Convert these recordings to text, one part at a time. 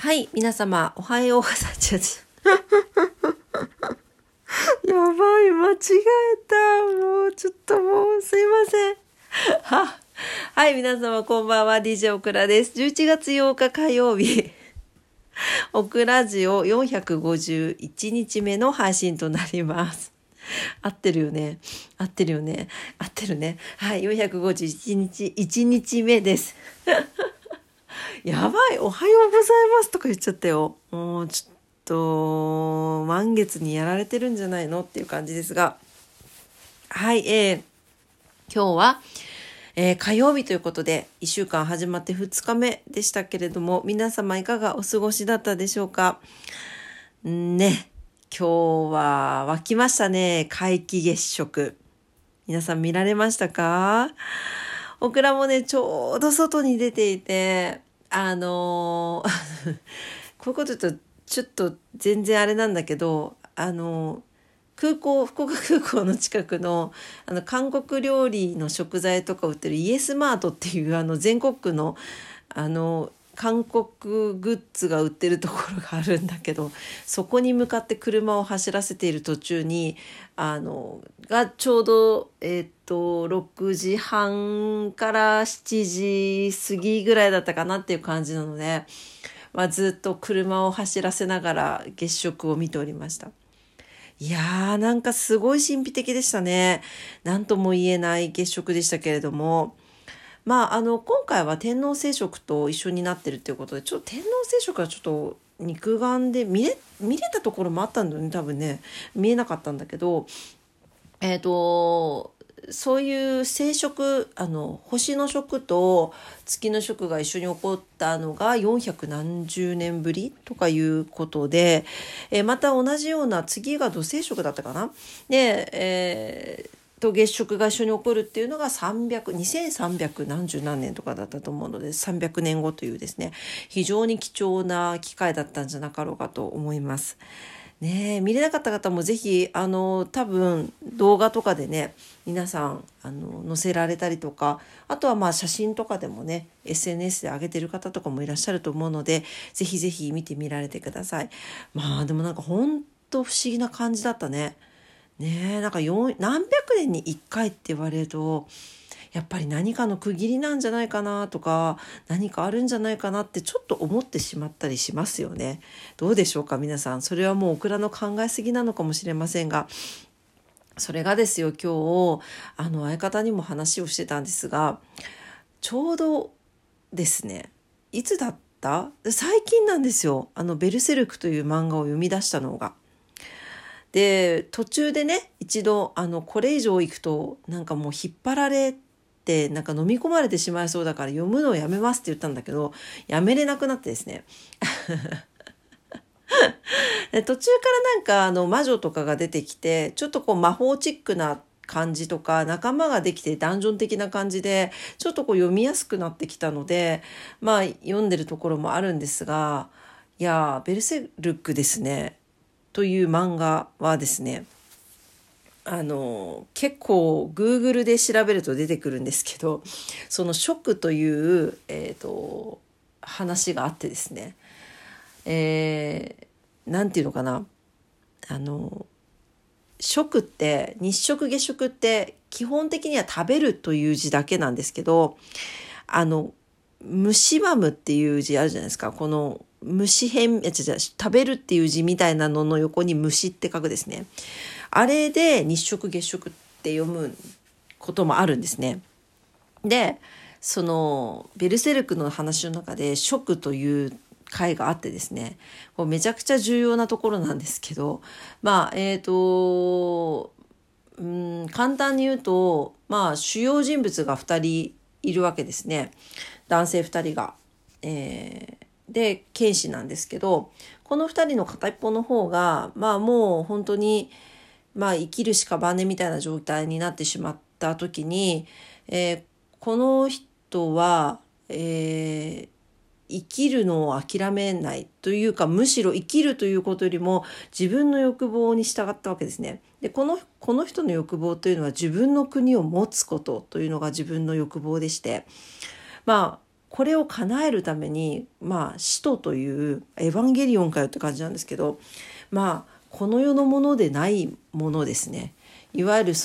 はい、皆様、おはようございます。やばい、間違えた。もう、ちょっともう、すいません。はい、皆様、こんばんは。DJ オクラです。11月8日火曜日、オクラジオ451日目の配信となります。合ってるよね。合ってるよね。合ってるね。はい、451日、1日目です。やばい、おはようございますとか言っちゃったよ。もうちょっと、満月にやられてるんじゃないのっていう感じですが。はい、今日は、火曜日ということで、1週間始まって2日目でしたけれども、皆様いかがお過ごしだったでしょうか。ね、今日は湧きましたね、皆既月食。皆さん見られましたか？オクラもね、ちょうど外に出ていて、こういうこと言うとちょっと全然あれなんだけど、福岡空港の近くの韓国料理の食材とか売ってるイエスマートっていう全国区の韓国グッズが売ってるところがあるんだけど、そこに向かって車を走らせている途中にがちょうど6時半から7時過ぎぐらいだったかなっていう感じなので、ずっと車を走らせながら月食を見ておりました。いやー、なんかすごい神秘的でしたね。なんとも言えない月食でしたけれども、今回は天王星食と一緒になってるっていうことで、ちょっと天王星食はちょっと肉眼で見れたところもあったんだよね、多分ね。見えなかったんだけど、そういう星食、星の食と月の食が一緒に起こったのが400何十年ぶりとかいうことで、また同じような次が土星食だったかな。で、月食が一緒に起こるっていうのが2300何十何年とかだったと思うので、300年後というですね、非常に貴重な機会だったんじゃなかろうかと思います。ね、見れなかった方もぜひ多分動画とかでね、皆さん載せられたりとか、あとは写真とかでもね SNS で上げてる方とかもいらっしゃると思うので、ぜひぜひ見てみられてください。でもなんかほんと不思議な感じだったね。なんか何百年に1回って言われると、やっぱり何かの区切りなんじゃないかなとか、何かあるんじゃないかなってちょっと思ってしまったりしますよね。どうでしょうか皆さん。それはもうオクラの考えすぎなのかもしれませんが、それがですよ、今日相方にも話をしてたんですが、ちょうどですね、いつだった？最近なんですよ。ベルセルクという漫画を読み出したのが。で、途中でね、一度これ以上行くとなんかもう引っ張られて、なんか飲み込まれてしまいそうだから読むのをやめますって言ったんだけど、やめれなくなってですね。で、途中からなんか魔女とかが出てきて、ちょっとこう魔法チックな感じとか、仲間ができてダンジョン的な感じで、ちょっとこう読みやすくなってきたので、読んでるところもあるんですが、いやベルセルクですねという漫画はですね、結構 Google で調べると出てくるんですけど、そのショックという、話があってですね、なんていうのかな、食って日食月食って基本的には食べるという字だけなんですけど、蝕むっていう字あるじゃないですか。この虫食べるっていう字みたいなのの横に虫って書くですね。あれで日食月食って読むこともあるんですね。で、そのベルセルクの話の中で食という回があってですね、こうめちゃくちゃ重要なところなんですけど、簡単に言うと、主要人物が2人いるわけですね。男性2人が。で、剣士なんですけど、この2人の片一方の方が、もう本当に、生きる屍みたいな状態になってしまった時に、この人は、生きるのを諦めないというか、むしろ生きるということよりも自分の欲望に従ったわけですね。で、この人の欲望というのは自分の国を持つことというのが自分の欲望でして、ここれを叶えるために使徒というエヴァンゲリオンかよって感じなんですけど、この世のものでないものですね。いわゆる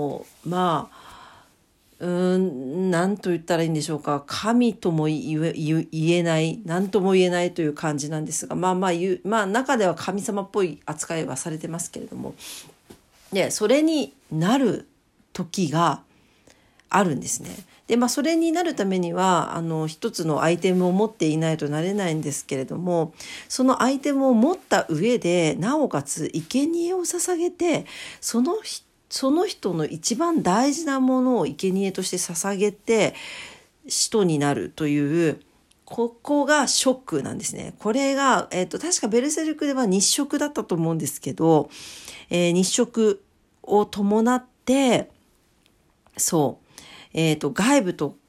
何と言ったらいいんでしょうか。神とも言えない、何とも言えないという感じなんですが、中では神様っぽい扱いはされてますけれども、でそれになる時があるんですね。でそれになるためには一つのアイテムを持っていないとなれないんですけれども、そのアイテムを持った上でなおかつ生贄を捧げて、その人の一番大事なものを生贄として捧げて使徒になるという、ここがショックなんですね。これが、確かベルセルクでは日食だったと思うんですけど、日食を伴って外部と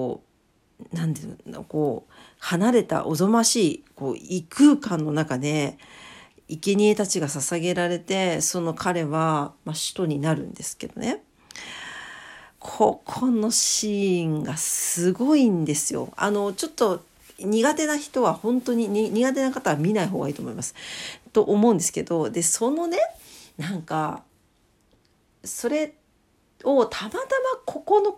離れたおぞましい異空間の中で生贄たちが捧げられて、その彼は使徒になるんですけどね。ここのシーンがすごいんですよ。ちょっと苦手な人は本当に苦手な方は見ない方がいいと思いますと思うんですけど、でそのねそれをたまたまこの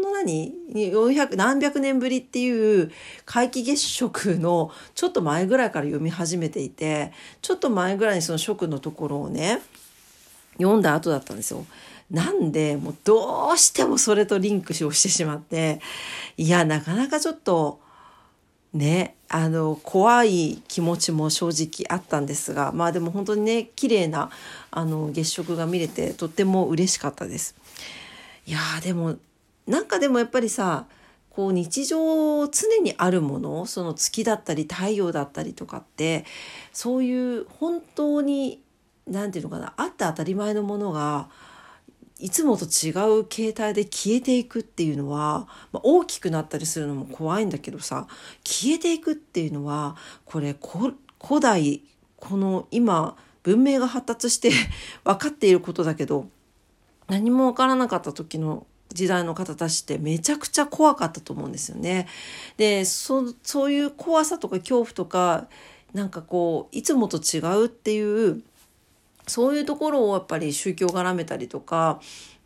何百年ぶりっていう皆既月食のちょっと前ぐらいから読み始めていて、ちょっと前ぐらいにその食のところをね読んだ後だったんですよ。なんでもうどうしてもそれとリンクをしてしまって、なかなかちょっとね怖い気持ちも正直あったんですが、でも本当にね綺麗な月食が見れてとっても嬉しかったです。でもやっぱりさ、日常常にあるもの、その月だったり太陽だったりとかって、そういう本当にあって当たり前のものがいつもと違う形態で消えていくっていうのは、大きくなったりするのも怖いんだけどさ、消えていくっていうのはこれ古代今文明が発達して分かっていることだけど、何も分からなかった時の時代の方たちってめちゃくちゃ怖かったと思うんですよね。でそういう怖さとか恐怖とかいつもと違うっていうそういうところをやっぱり宗教絡めたりとか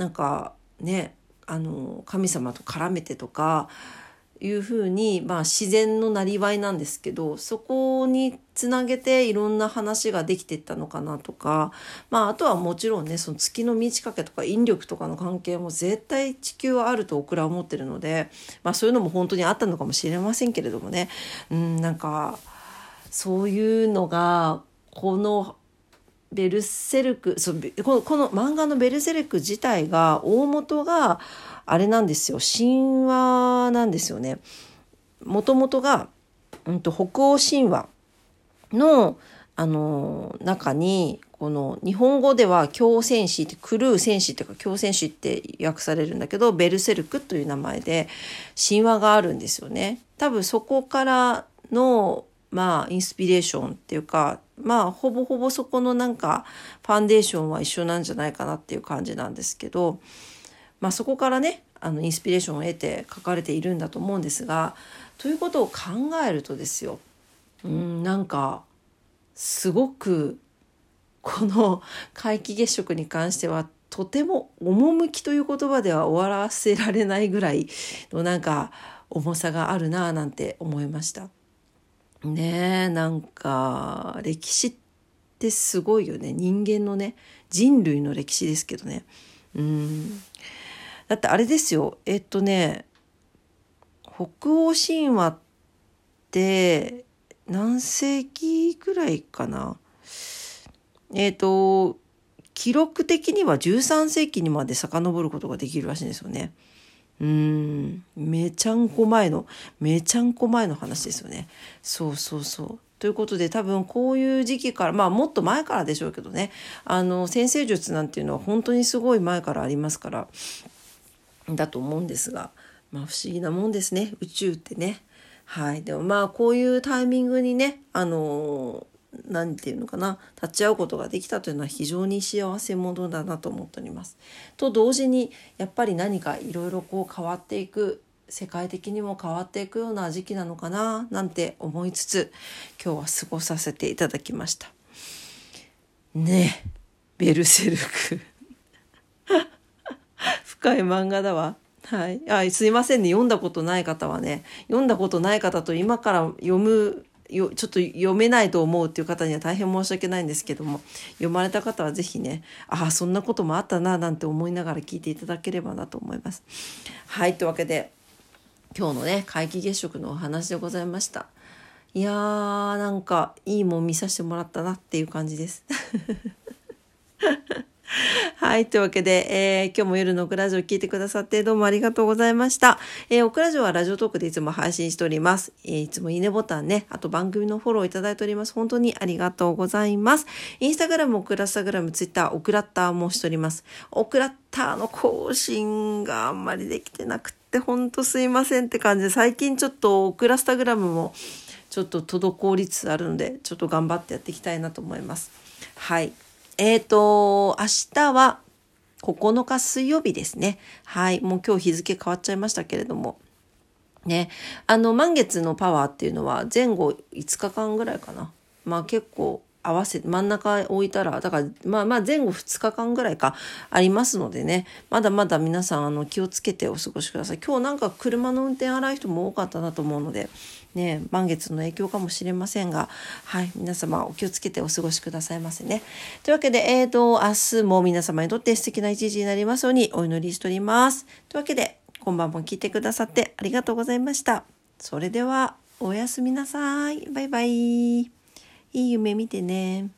神様と絡めてとかいうふうに、自然のなりわいなんですけど、そこにつなげていろんな話ができていったのかなとか、あとはもちろんねその月の満ち欠けとか引力とかの関係も絶対地球はあると僕らは思ってるので、そういうのも本当にあったのかもしれませんけれどもね、そういうのがこのベルセルクこの漫画のベルセルク自体が大元があれなんですよ、神話なんですよね。もともとが、北欧神話の中にこの日本語では狂戦士って狂う戦士というか狂戦士って訳されるんだけど、ベルセルクという名前で神話があるんですよね。多分そこからのインスピレーションっていうか、ほぼほぼそこのファンデーションは一緒なんじゃないかなっていう感じなんですけど、そこからねインスピレーションを得て書かれているんだと思うんですが、ということを考えるとですよ、すごくこの皆既月食に関してはとても趣という言葉では終わらせられないぐらいの重さがあるななんて思いましたね。歴史ってすごいよね。人間のね、人類の歴史ですけどね。だってあれですよ、北欧神話って何世紀ぐらいかな。記録的には13世紀にまで遡ることができるらしいんですよね。めちゃんこ前の話ですよね。そう。ということで多分こういう時期からもっと前からでしょうけどね、占星術なんていうのは本当にすごい前からありますからだと思うんですが、不思議なもんですね、宇宙ってね。はい。でもこういうタイミングにねなんていうのかな、立ち会うことができたというのは非常に幸せ者だなと思っております。と同時にやっぱり何かいろいろ変わっていく世界的にも変わっていくような時期なのかななんて思いつつ、今日は過ごさせていただきましたね。ベルセルク深い漫画だわ。はい。すいませんね。読んだことない方はね、読んだことない方と今からちょっと読めないと思うっていう方には大変申し訳ないんですけども、読まれた方はぜひね、そんなこともあったななんて思いながら聞いていただければなと思います。はい。というわけで、今日のね、皆既月食のお話でございました。いやー、なんかいいもん見させてもらったなっていう感じです。はい。というわけで、今日も夜のオクラジオ聞いてくださってどうもありがとうございました。オクラジオはラジオトークでいつも配信しております。いつもいいねボタンね、あと番組のフォローいただいております。本当にありがとうございます。インスタグラム、オクラスタグラム、ツイッター、オクラッターもしております。オクラッターの更新があんまりできてなくて、本当すいませんって感じで、最近ちょっとオクラスタグラムもちょっと滞りつつあるので、ちょっと頑張ってやっていきたいなと思います。はい。明日は9日水曜日ですね。はい。もう今日日付変わっちゃいましたけれども。ね。満月のパワーっていうのは前後5日間ぐらいかな。まあ結構合わせて真ん中置いたら、だからまあ前後2日間ぐらいかありますのでね。まだまだ皆さん気をつけてお過ごしください。今日なんか車の運転荒い人も多かったなと思うので、ね、満月の影響かもしれませんが、はい、皆様お気をつけてお過ごしくださいませね。というわけで、明日も皆様にとって素敵な一日になりますようにお祈りしております。というわけで、今晩も聞いてくださってありがとうございました。それでは、おやすみなさい。バイバイ。いい夢見てね。